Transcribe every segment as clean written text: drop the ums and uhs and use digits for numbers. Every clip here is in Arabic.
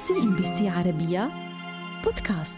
CNBC عربية بودكاست.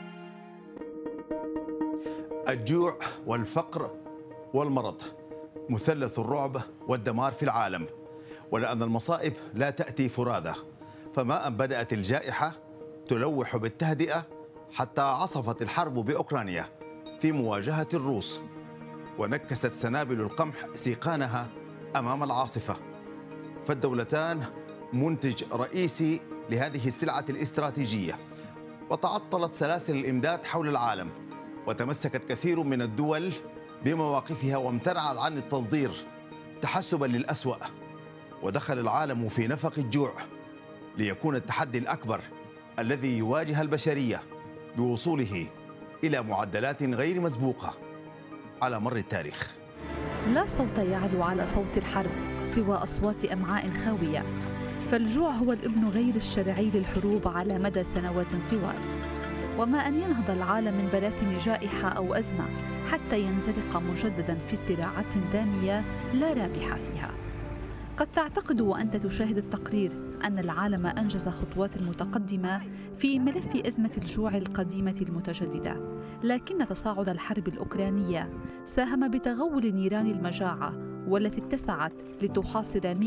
الجوع والفقر والمرض مثلث الرعب والدمار في العالم، ولأن المصائب لا تأتي فرادى، فما أن بدأت الجائحة تلوح بالتهدئة حتى عصفت الحرب بأوكرانيا في مواجهة الروس، ونكست سنابل القمح سيقانها أمام العاصفة، فالدولتان منتج رئيسي لهذه السلعة الاستراتيجية، وتعطلت سلاسل الإمداد حول العالم، وتمسكت كثير من الدول بمواقفها وامتنعت عن التصدير تحسبا للأسوأ، ودخل العالم في نفق الجوع ليكون التحدي الأكبر الذي يواجه البشرية بوصوله إلى معدلات غير مسبوقة على مر التاريخ. لا صوت يعلو على صوت الحرب سوى أصوات أمعاء خاوية، فالجوع هو الابن غير الشرعي للحروب على مدى سنوات طوال، وما أن ينهض العالم من براثن جائحة أو أزمة حتى ينزلق مجددا في صراعات دامية لا رابح فيها. قد تعتقد وأنت تشاهد التقرير أن العالم أنجز خطوات متقدمة في ملف أزمة الجوع القديمة المتجددة، لكن تصاعد الحرب الأوكرانية ساهم بتغول نيران المجاعة والتي اتسعت لتحاصر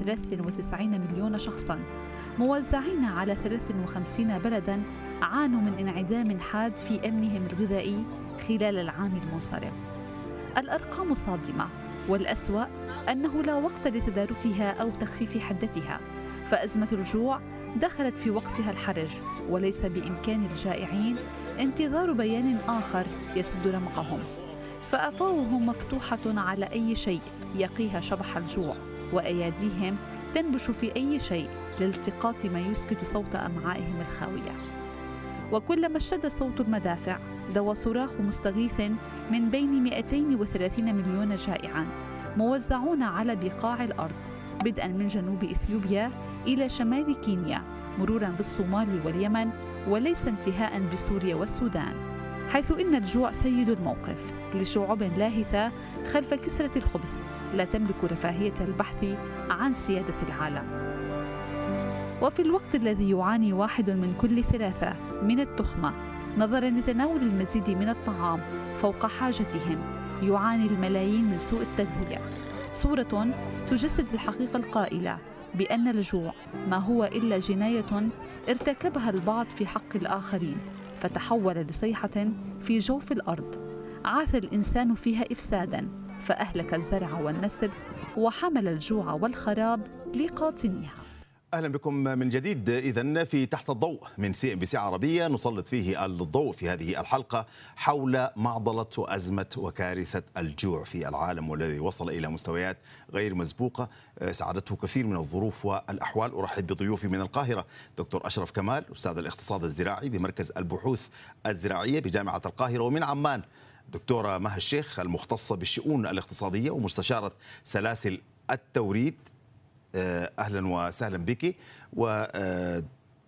193 مليون شخصاً موزعين على 53 بلداً عانوا من انعدام حاد في أمنهم الغذائي خلال العام المنصرم. الأرقام صادمة، والأسوأ أنه لا وقت لتداركها أو تخفيف حدتها، فأزمة الجوع دخلت في وقتها الحرج، وليس بإمكان الجائعين انتظار بيان آخر يسد رمقهم، فأفواههم مفتوحة على أي شيء يقيها شبح الجوع، وأياديهم تنبش في أي شيء لالتقاط ما يسكت صوت أمعائهم الخاوية. وكلما اشتد صوت المدافع ذوى صراخ مستغيث من بين 230 مليون جائعاً موزعون على بقاع الأرض، بدءاً من جنوب إثيوبيا إلى شمال كينيا، مروراً بالصومال واليمن، وليس انتهاءً بسوريا والسودان، حيث إن الجوع سيد الموقف لشعوب لاهثة خلف كسرة الخبز لا تملك رفاهية البحث عن سيادة العالم. وفي الوقت الذي يعاني واحد من كل ثلاثة من التخمة نظراً لتناول المزيد من الطعام فوق حاجتهم، يعاني الملايين من سوء التغذية، صورة تجسد الحقيقة القائلة بأن الجوع ما هو إلا جناية ارتكبها البعض في حق الآخرين، فتحول لصيحة في جوف الأرض عاث الإنسان فيها إفساداً، فأهلك الزرع والنسل وحمل الجوع والخراب لقاطنيها. أهلا بكم من جديد. إذن في تحت الضوء من CNBC عربية نسلط فيه الضوء في هذه الحلقة حول معضلة وأزمة وكارثة الجوع في العالم، والذي وصل إلى مستويات غير مسبوقة ساعدته كثير من الظروف والأحوال. أرحب بضيوفي من القاهرة دكتور أشرف كمال أستاذ الاقتصاد الزراعي بمركز البحوث الزراعية بجامعة القاهرة، ومن عمان دكتورة مها الشيخ المختصة بالشؤون الاقتصادية ومستشارة سلاسل التوريد. أهلا وسهلا بك. ودعونا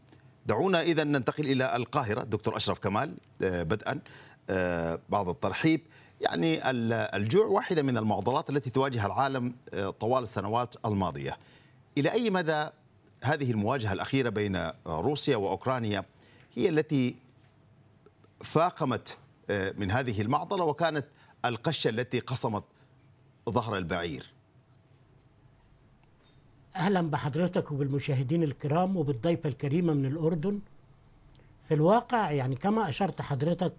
إذا ننتقل إلى القاهرة. دكتور أشرف كمال، بدءا بعض الترحيب، يعني الجوع واحدة من المعضلات التي تواجه العالم طوال السنوات الماضية. إلى أي مدى هذه المواجهة الأخيرة بين روسيا وأوكرانيا هي التي فاقمت من هذه المعضلة وكانت القشة التي قصمت ظهر البعير؟ أهلا بحضرتك وبالمشاهدين الكرام وبالضيفة الكريمة من الأردن. في الواقع يعني كما أشرت حضرتك،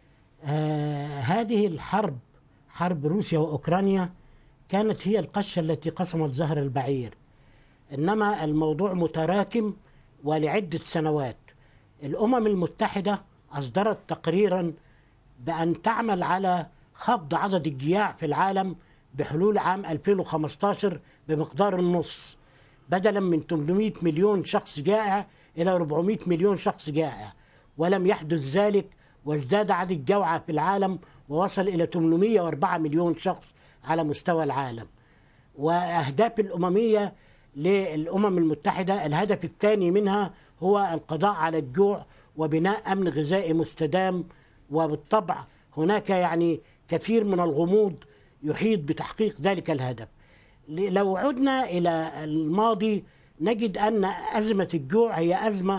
هذه الحرب، حرب روسيا وأوكرانيا، كانت هي القشة التي قسمت ظهر البعير، إنما الموضوع متراكم ولعدة سنوات. الأمم المتحدة أصدرت تقريرا بأن تعمل على خفض عدد الجياع في العالم بحلول عام 2015 بمقدار النص، بدلا من 800 مليون شخص جائع إلى 400 مليون شخص جائع، ولم يحدث ذلك، وازداد عدد الجوعى في العالم ووصل إلى 804 مليون شخص على مستوى العالم. وأهداف الأممية للأمم المتحدة الهدف الثاني منها هو القضاء على الجوع وبناء أمن غذائي مستدام، وبالطبع هناك يعني كثير من الغموض يحيط بتحقيق ذلك الهدف. لو عدنا إلى الماضي نجد أن أزمة الجوع هي أزمة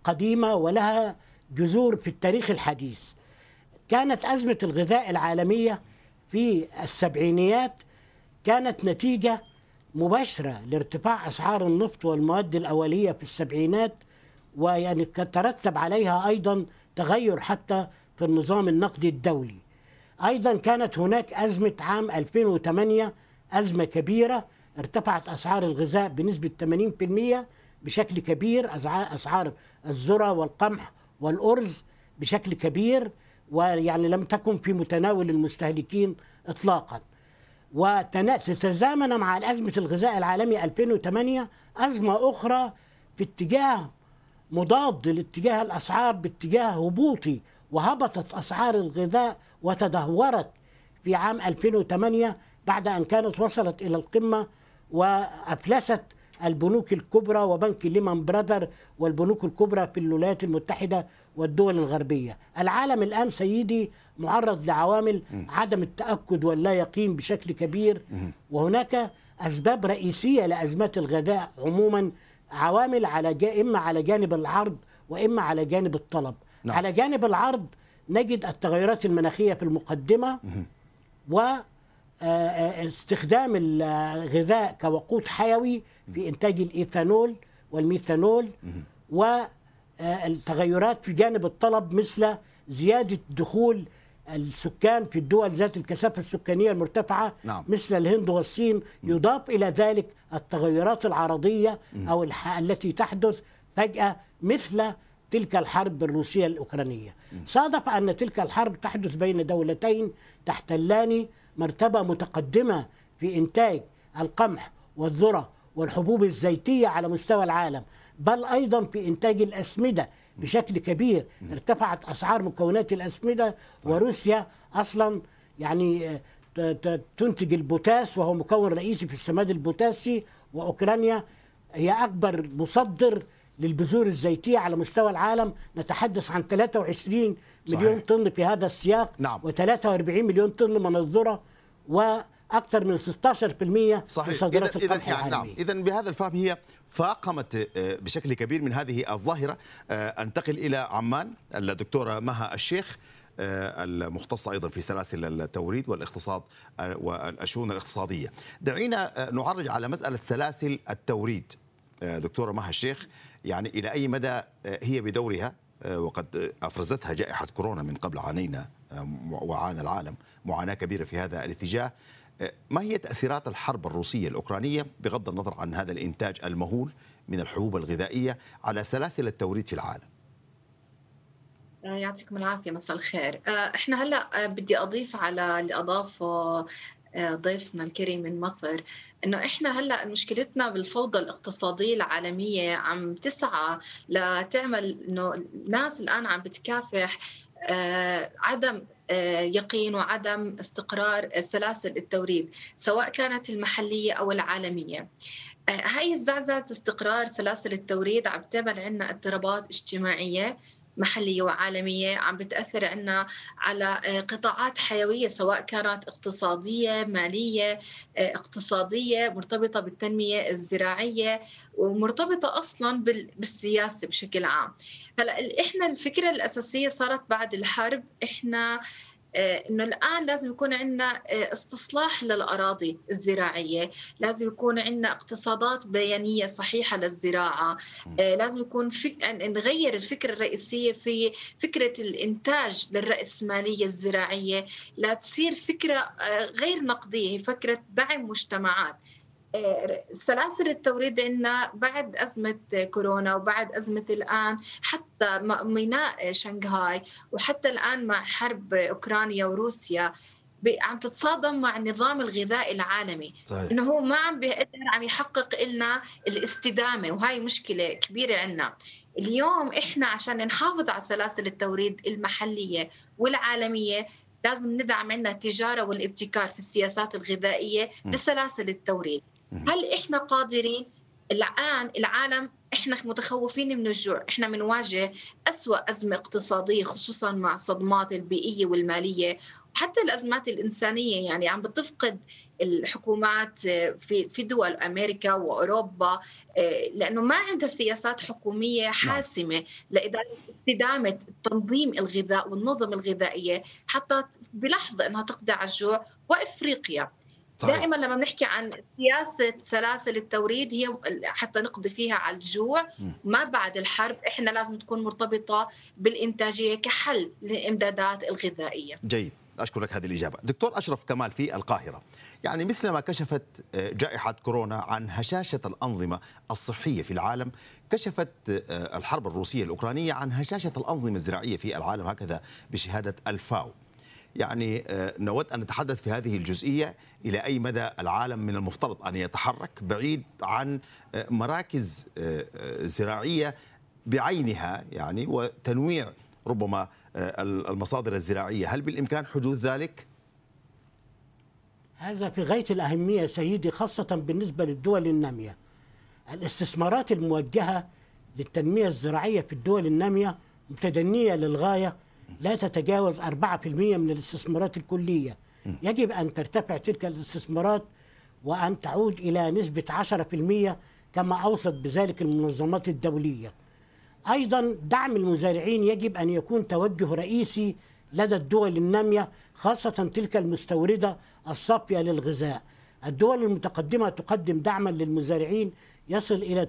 قديمة ولها جذور في التاريخ الحديث. كانت أزمة الغذاء العالمية في السبعينيات كانت نتيجة مباشرة لارتفاع أسعار النفط والمواد الأولية في السبعينات، ويعني ترتب عليها أيضا تغير حتى في النظام النقدي الدولي. أيضا كانت هناك أزمة عام 2008، أزمة كبيرة، ارتفعت أسعار الغذاء بنسبة 80% بشكل كبير، أسعار الذرة والقمح والأرز بشكل كبير، ويعني لم تكن في متناول المستهلكين إطلاقا. وتتزامن مع أزمة الغذاء العالمي 2008 أزمة أخرى في اتجاه مضاد لاتجاه الأسعار، باتجاه هبوطي، وهبطت أسعار الغذاء وتدهورت في عام 2008 بعد أن كانت وصلت إلى القمة، وأفلست البنوك الكبرى وبنك ليمان براذر والبنوك الكبرى في الولايات المتحدة والدول الغربية. العالم الآن سيدي معرض لعوامل عدم التأكد واللا يقين بشكل كبير، وهناك أسباب رئيسية لأزمات الغذاء عموما، عوامل إما على جانب العرض وإما على جانب الطلب. نعم. على جانب العرض نجد التغيرات المناخية في المقدمة، واستخدام الغذاء كوقود حيوي في إنتاج الإيثانول والميثانول، والتغيرات في جانب الطلب مثل زيادة دخول السكان في الدول ذات الكثافة السكانية المرتفعة. نعم. مثل الهند والصين. يضاف إلى ذلك التغيرات العرضية أو التي تحدث فجأة مثل تلك الحرب الروسية الأوكرانية. صادف أن تلك الحرب تحدث بين دولتين تحتلان مرتبة متقدمة في إنتاج القمح والذرة والحبوب الزيتية على مستوى العالم، بل أيضا في إنتاج الأسمدة بشكل كبير. ارتفعت أسعار مكونات الأسمدة، وروسيا أصلا يعني تنتج البوتاس وهو مكون رئيسي في السماد البوتاسي، وأوكرانيا هي أكبر مصدر للبذور الزيتية على مستوى العالم. نتحدث عن 23 مليون طن في هذا السياق. نعم. و43 مليون طن من الذرة، وأكثر من 16% من صادرات القمح العالمية. نعم. إذن بهذا الفهم هي فاقمت بشكل كبير من هذه الظاهرة. أنتقل إلى عمان، الدكتورة مها الشيخ المختصة أيضا في سلاسل التوريد والاقتصاد والشؤون الاقتصادية. دعينا نعرج على مسألة سلاسل التوريد. دكتورة مها الشيخ، يعني إلى أي مدى هي بدورها، وقد أفرزتها جائحة كورونا من قبل عانينا وعانى العالم معاناة كبيرة في هذا الاتجاه، ما هي تأثيرات الحرب الروسية الأوكرانية بغض النظر عن هذا الإنتاج المهول من الحبوب الغذائية على سلاسل التوريد في العالم؟ يعطيكم العافية، مساء الخير. احنا هلأ بدي أضيف على اللي أضافه ضيفنا الكريم من مصر، انه احنا هلا مشكلتنا بالفوضى الاقتصاديه العالميه عم تسعى لتعمل انه الناس الان عم بتكافح عدم يقين وعدم استقرار سلاسل التوريد سواء كانت المحليه او العالميه. هاي زعزعة استقرار سلاسل التوريد عم تعمل عنا اضطرابات اجتماعيه محلية وعالمية، عم بتأثر عنا على قطاعات حيوية سواء كانت اقتصادية، مالية، اقتصادية مرتبطة بالتنمية الزراعية ومرتبطة أصلا بالسياسة بشكل عام. هلأ إحنا الفكرة الأساسية صارت بعد الحرب، إحنا إنه الآن لازم يكون عندنا استصلاح للأراضي الزراعية، لازم يكون عندنا اقتصادات بيانية صحيحة للزراعة، لازم يكون نغير الفكرة الرئيسية في فكرة الإنتاج للرأسمالية الزراعية، لا تصير فكرة غير نقدية، هي فكرة دعم مجتمعات. سلاسل التوريد عندنا بعد أزمة كورونا وبعد أزمة الآن حتى ميناء شنغهاي وحتى الآن مع حرب أوكرانيا وروسيا عم تتصادم مع النظام الغذائي العالمي. صحيح. إنه هو ما عم بيقدر عم يحقق لنا الاستدامة، وهاي مشكلة كبيرة عنا. اليوم إحنا عشان نحافظ على سلاسل التوريد المحلية والعالمية لازم ندعم عنا التجارة والابتكار في السياسات الغذائية بسلاسل التوريد. هل إحنا قادرين؟ الآن العالم إحنا متخوفين من الجوع، إحنا منواجه أسوأ أزمة اقتصادية خصوصا مع الصدمات البيئية والمالية، حتى الأزمات الإنسانية، يعني عم بتفقد الحكومات في دول أمريكا وأوروبا لأنه ما عندها سياسات حكومية حاسمة لإدارة استدامة تنظيم الغذاء والنظم الغذائية حتى بلحظة أنها تقضي على الجوع. وإفريقيا صحيح. دائما لما بنحكي عن سياسة سلاسل التوريد هي حتى نقضي فيها على الجوع ما بعد الحرب، إحنا لازم تكون مرتبطة بالإنتاجية كحل للإمدادات الغذائية. جيد، أشكرك هذه الإجابة. دكتور أشرف كمال في القاهرة، يعني مثلما كشفت جائحة كورونا عن هشاشة الأنظمة الصحية في العالم، كشفت الحرب الروسية الأوكرانية عن هشاشة الأنظمة الزراعية في العالم، هكذا بشهادة الفاو. يعني نود أن نتحدث في هذه الجزئية إلى أي مدى العالم من المفترض أن يتحرك بعيد عن مراكز زراعية بعينها، يعني وتنويع ربما المصادر الزراعية. هل بالإمكان حدوث ذلك؟ هذا في غاية الأهمية سيدي، خاصة بالنسبة للدول النامية. الاستثمارات الموجهة للتنمية الزراعية في الدول النامية متدنية للغاية، لا تتجاوز 4% من الاستثمارات الكلية. يجب أن ترتفع تلك الاستثمارات وأن تعود إلى نسبة 10% كما أوصت بذلك المنظمات الدولية. أيضا دعم المزارعين يجب أن يكون توجه رئيسي لدى الدول النامية، خاصة تلك المستوردة الصافية للغذاء. الدول المتقدمة تقدم دعما للمزارعين يصل إلى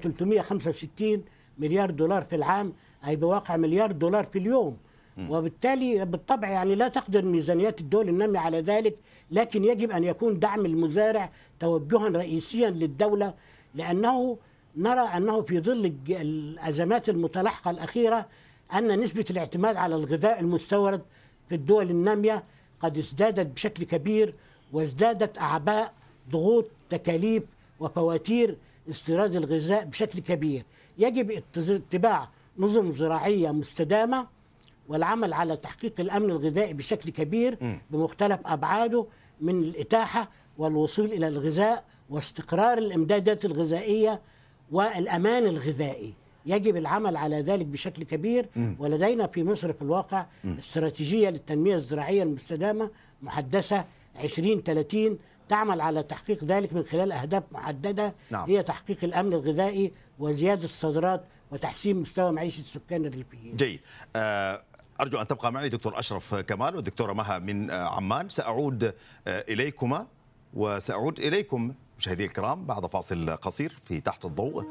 365 مليار دولار في العام، أي بواقع مليار دولار في اليوم. وبالتالي بالطبع يعني لا تقدر ميزانيات الدول النامية على ذلك، لكن يجب أن يكون دعم المزارع توجها رئيسيا للدولة، لأنه نرى أنه في ظل الأزمات المتلاحقة الأخيرة أن نسبة الاعتماد على الغذاء المستورد في الدول النامية قد ازدادت بشكل كبير، وازدادت أعباء ضغوط تكاليف وفواتير استيراد الغذاء بشكل كبير. يجب اتباع نظم زراعية مستدامة والعمل على تحقيق الأمن الغذائي بشكل كبير بمختلف أبعاده، من الإتاحة والوصول إلى الغذاء واستقرار الإمدادات الغذائية والأمان الغذائي. يجب العمل على ذلك بشكل كبير. ولدينا في مصر في الواقع استراتيجية للتنمية الزراعية المستدامة محدثة 2030 تعمل على تحقيق ذلك من خلال أهداف محددة. هي تحقيق الأمن الغذائي وزيادة الصادرات وتحسين مستوى معيشة السكان الريفيين. جيد، أرجو أن تبقى معي دكتور أشرف كمال والدكتورة مها من عمان. سأعود إليكما وسأعود إليكم مشاهدي الكرام بعد فاصل قصير في تحت الضوء.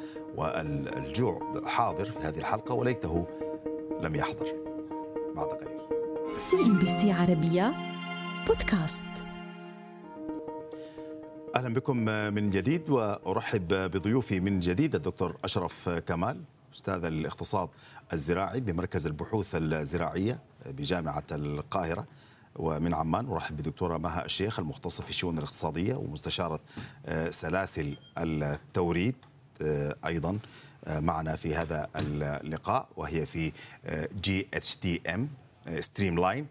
والجوع حاضر في هذه الحلقة وليته لم يحضر. بعد قليل. CNBC عربية بودكاست. أهلا بكم من جديد، وأرحب بضيوفي من جديد الدكتور أشرف كمال، أستاذ الاقتصاد الزراعي بمركز البحوث الزراعية بجامعة القاهرة، ومن عمان أرحب بدكتورة مها الشيخ المختصة في الشؤون الاقتصادية ومستشارة سلاسل التوريد أيضا معنا في هذا اللقاء، وهي في GHTM ستريملاين.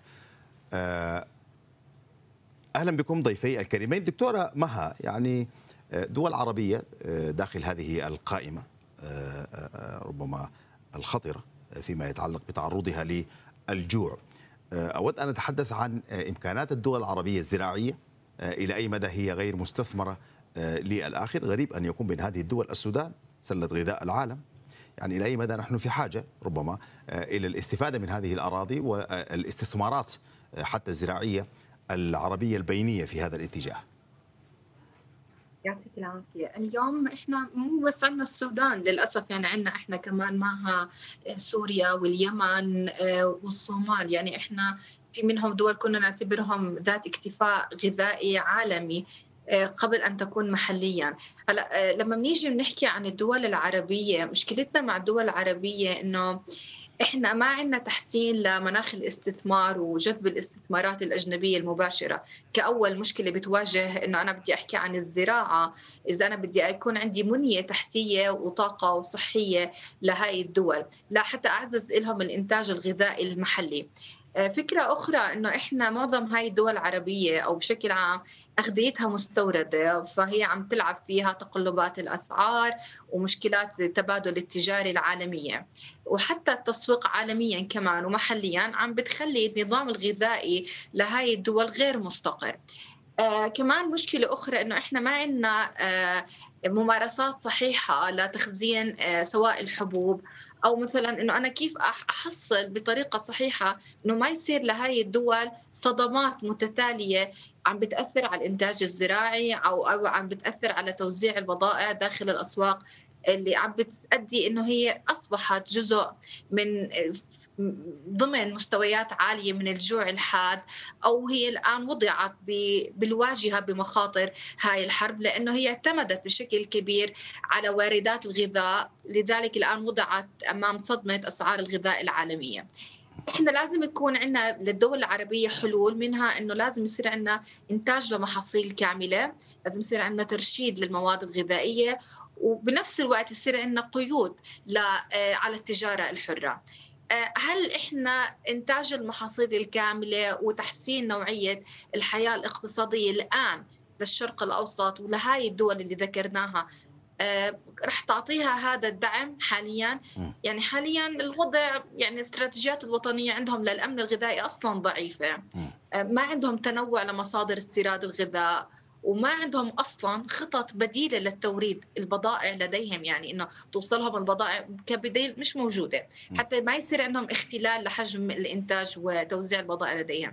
أهلا بكم ضيفي الكريمين. دكتورة مها، يعني دول عربية داخل هذه القائمة ربما الخطرة فيما يتعلق بتعرضها للجوع، أود أن أتحدث عن إمكانات الدول العربية الزراعية، إلى أي مدى هي غير مستثمرة للآخر. غريب أن يكون بين هذه الدول السودان سلة غذاء العالم، يعني إلى أي مدى نحن في حاجة ربما إلى الاستفادة من هذه الأراضي والاستثمارات حتى الزراعية العربية البينية في هذا الاتجاه. يعطيك العافية. اليوم احنا مو بس عندنا السودان للأسف، يعني عندنا احنا كمان معها سوريا واليمن والصومال، يعني احنا في منهم دول كنا نعتبرهم ذات اكتفاء غذائي عالمي قبل أن تكون محليا. هلا لما بنيجي بنحكي عن الدول العربية، مشكلتنا مع الدول العربية إنه إحنا ما عندنا تحسين لمناخ الاستثمار وجذب الاستثمارات الأجنبية المباشرة. كأول مشكلة بتواجه إنه أنا بدي أحكي عن الزراعة، إذا أنا بدي يكون عندي بنية تحتية وطاقة وصحية لهاي الدول، لا حتى أعزز لهم الإنتاج الغذائي المحلي. فكرة أخرى إنه إحنا معظم هاي الدول العربية أو بشكل عام أغذيتها مستوردة، فهي عم تلعب فيها تقلبات الأسعار ومشكلات التبادل التجاري العالمية، وحتى التسويق عالميا كمان ومحليا عم بتخلي النظام الغذائي لهاي الدول غير مستقر. كمان مشكلة أخرى إنه إحنا ما عندنا ممارسات صحيحة لتخزين سواء الحبوب أو مثلا إنه أنا كيف أحصل بطريقة صحيحة إنه ما يصير لهاي الدول صدمات متتالية عم بتأثر على الإنتاج الزراعي أو عم بتأثر على توزيع البضائع داخل الأسواق اللي عم بتؤدي إنه هي أصبحت جزء من ضمن مستويات عالية من الجوع الحاد، أو هي الآن وضعت بالواجهة بمخاطر هاي الحرب لأنه هي اعتمدت بشكل كبير على واردات الغذاء، لذلك الآن وضعت أمام صدمة أسعار الغذاء العالمية. إحنا لازم يكون عندنا للدول العربية حلول، منها إنه لازم يصير عندنا إنتاج لمحاصيل كاملة، لازم يصير عندنا ترشيد للمواد الغذائية، وبنفس الوقت يصير عندنا قيود على التجارة الحرة. هل إحنا إنتاج المحاصيل الكاملة وتحسين نوعية الحياة الاقتصادية الآن للشرق الأوسط ولهاي الدول اللي ذكرناها رح تعطيها هذا الدعم حاليا؟ يعني حاليا الوضع يعني الاستراتيجيات الوطنية عندهم للأمن الغذائي أصلا ضعيفة، ما عندهم تنوع لمصادر استيراد الغذاء، وما عندهم أصلا خطط بديلة للتوريد البضائع لديهم، يعني إنه توصلهم البضائع كبديل مش موجودة، حتى ما يصير عندهم اختلال لحجم الإنتاج وتوزيع البضائع لديهم.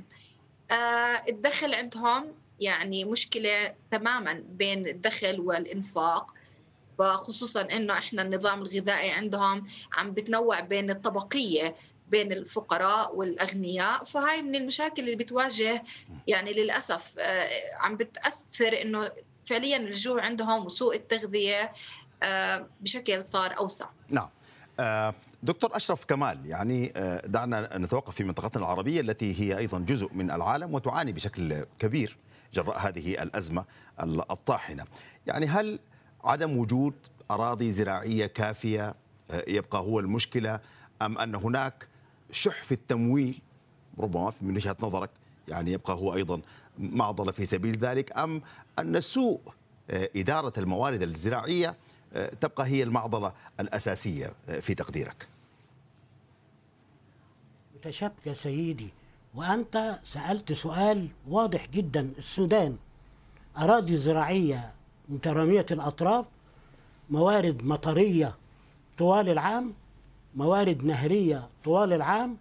الدخل عندهم يعني مشكلة تماما بين الدخل والإنفاق، وخصوصا إنه إحنا النظام الغذائي عندهم عم بتنوع بين الطبقية بين الفقراء والأغنياء، فهاي من المشاكل اللي بتواجه يعني للأسف عم بتأثر إنه فعليا الجوع عندهم وسوء التغذية بشكل صار أوسع. نعم. دكتور أشرف كمال، يعني دعنا نتوقف في منطقتنا العربية التي هي أيضا جزء من العالم وتعاني بشكل كبير جراء هذه الأزمة الطاحنة. يعني هل عدم وجود أراضي زراعية كافية يبقى هو المشكلة، أم أن هناك شح في التمويل ربما من وجهة نظرك يعني يبقى هو أيضا معضلة في سبيل ذلك، أم أن سوء إدارة الموارد الزراعية تبقى هي المعضلة الأساسية في تقديرك؟ متشابكة سيدي، وأنت سألت سؤال واضح جدا. السودان أراضي زراعية مترامية الأطراف، موارد مطرية طوال العام، موارد نهرية طوال العام،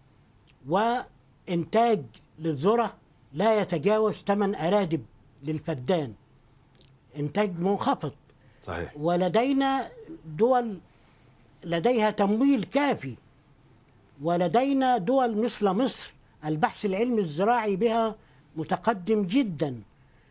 وإنتاج للذرة لا يتجاوز 8 أرادب للفدان، إنتاج منخفض. صحيح. ولدينا دول لديها تمويل كافي، ولدينا دول مثل مصر البحث العلمي الزراعي بها متقدم جدا.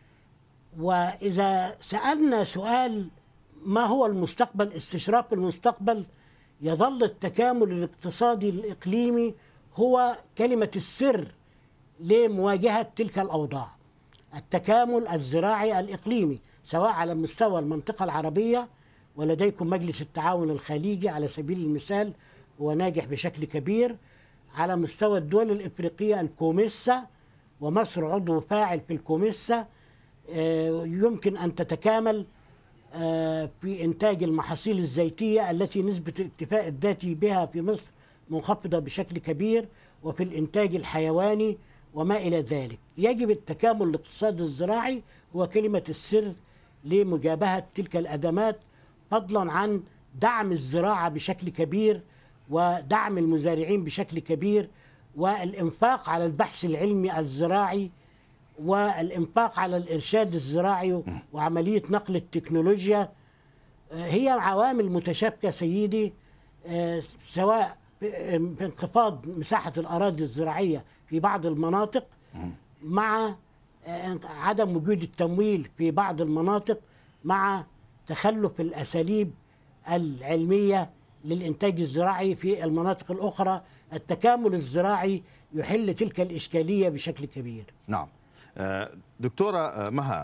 وإذا سألنا سؤال ما هو المستقبل، استشراف المستقبل، يظل التكامل الاقتصادي الإقليمي هو كلمة السر لمواجهة تلك الأوضاع. التكامل الزراعي الإقليمي سواء على مستوى المنطقة العربية، ولديكم مجلس التعاون الخليجي على سبيل المثال هو ناجح بشكل كبير، على مستوى الدول الإفريقية الكوميسا، ومصر عضو فاعل في الكوميسا، يمكن أن تتكامل في إنتاج المحاصيل الزيتية التي نسبة الاكتفاء الذاتي بها في مصر منخفضة بشكل كبير، وفي الإنتاج الحيواني وما إلى ذلك. يجب التكامل الاقتصادي الزراعي هو كلمة السر لمجابهة تلك الأزمات، فضلا عن دعم الزراعة بشكل كبير ودعم المزارعين بشكل كبير، والإنفاق على البحث العلمي الزراعي، والإنفاق على الإرشاد الزراعي وعملية نقل التكنولوجيا. هي عوامل متشابكة سيدي، سواء بانخفاض مساحة الأراضي الزراعية في بعض المناطق مع عدم وجود التمويل في بعض المناطق، مع تخلف الأساليب العلمية للإنتاج الزراعي في المناطق الأخرى. التكامل الزراعي يحل تلك الإشكالية بشكل كبير. نعم. دكتورة مها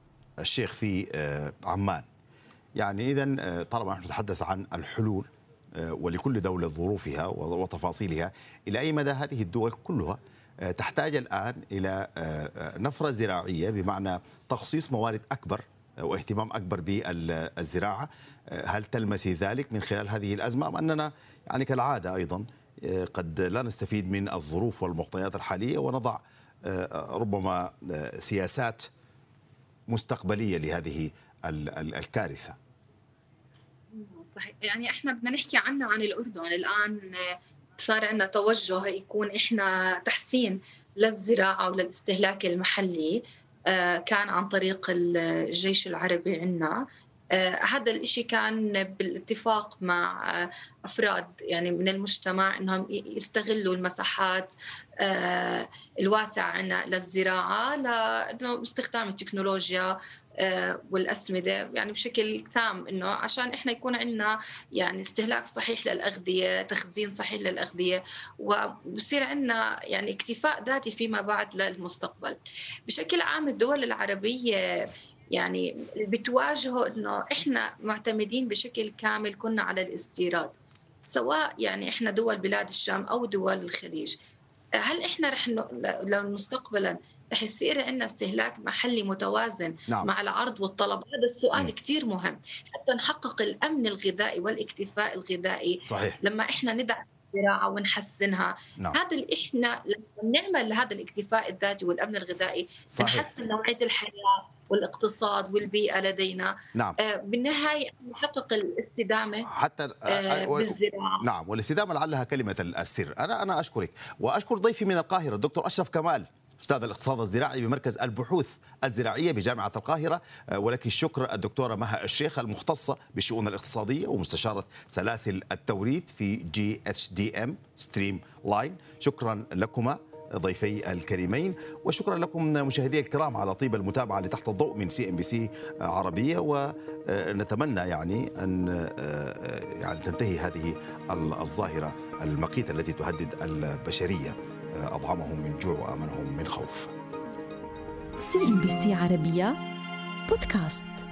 الشيخ في عمان، يعني إذن طالما نحن نتحدث عن الحلول ولكل دولة ظروفها وتفاصيلها، إلى أي مدى هذه الدول كلها تحتاج الآن إلى نفرة زراعية، بمعنى تخصيص موارد أكبر واهتمام أكبر بالزراعة؟ هل تلمسي ذلك من خلال هذه الأزمة، أم أننا يعني كالعادة أيضا قد لا نستفيد من الظروف والمعطيات الحالية ونضع ربما سياسات مستقبلية لهذه الكارثة؟ صحيح، يعني احنا بدنا نحكي عن الأردن الآن. صار عندنا توجه يكون احنا تحسين للزراعة وللاستهلاك المحلي، كان عن طريق الجيش العربي عندنا. هذا الإشي كان بالاتفاق مع أفراد يعني من المجتمع أنهم يستغلوا المساحات الواسعة عنا للزراعة لاستخدام التكنولوجيا والأسمدة يعني بشكل تام، إنه عشان إحنا يكون عندنا يعني استهلاك صحيح للأغذية، تخزين صحيح للأغذية، وبصير عندنا يعني اكتفاء ذاتي فيما بعد للمستقبل. بشكل عام الدول العربية يعني بتواجهوا إنه إحنا معتمدين بشكل كامل كنا على الاستيراد، سواء يعني إحنا دول بلاد الشام أو دول الخليج. هل إحنا رح لو مستقبلا رح يصير عندنا استهلاك محلي متوازن مع العرض والطلب؟ هذا السؤال كتير مهم حتى نحقق الأمن الغذائي والاكتفاء الغذائي. صحيح. لما إحنا ندعم الزراعة ونحسنها، هذا اللي إحنا لما نعمل هذا الاكتفاء الذاتي والأمن الغذائي نحسن نوعية الحياة والاقتصاد والبيئة لدينا. بالنهاية نحقق الاستدامة حتى بالزراعة. نعم، والاستدامة لعلها كلمة السر. أنا أشكرك وأشكر ضيفي من القاهرة الدكتور أشرف كمال، أستاذ الاقتصاد الزراعي بمركز البحوث الزراعية بجامعة القاهرة. ولك الشكر الدكتورة مها الشيخ المختصة بالشؤون الاقتصادية ومستشارة سلاسل التوريد في GHDM ستريم لاين. شكرا لكما ضيفي الكريمين، وشكرا لكم مشاهدي الكرام على طيب المتابعة لتحت الضوء من CNBC عربية. ونتمنى يعني أن يعني تنتهي هذه الظاهرة المقيتة التي تهدد البشرية، أضعمهم من جوع وأمنهم من خوف. CNBC عربية بودكاست.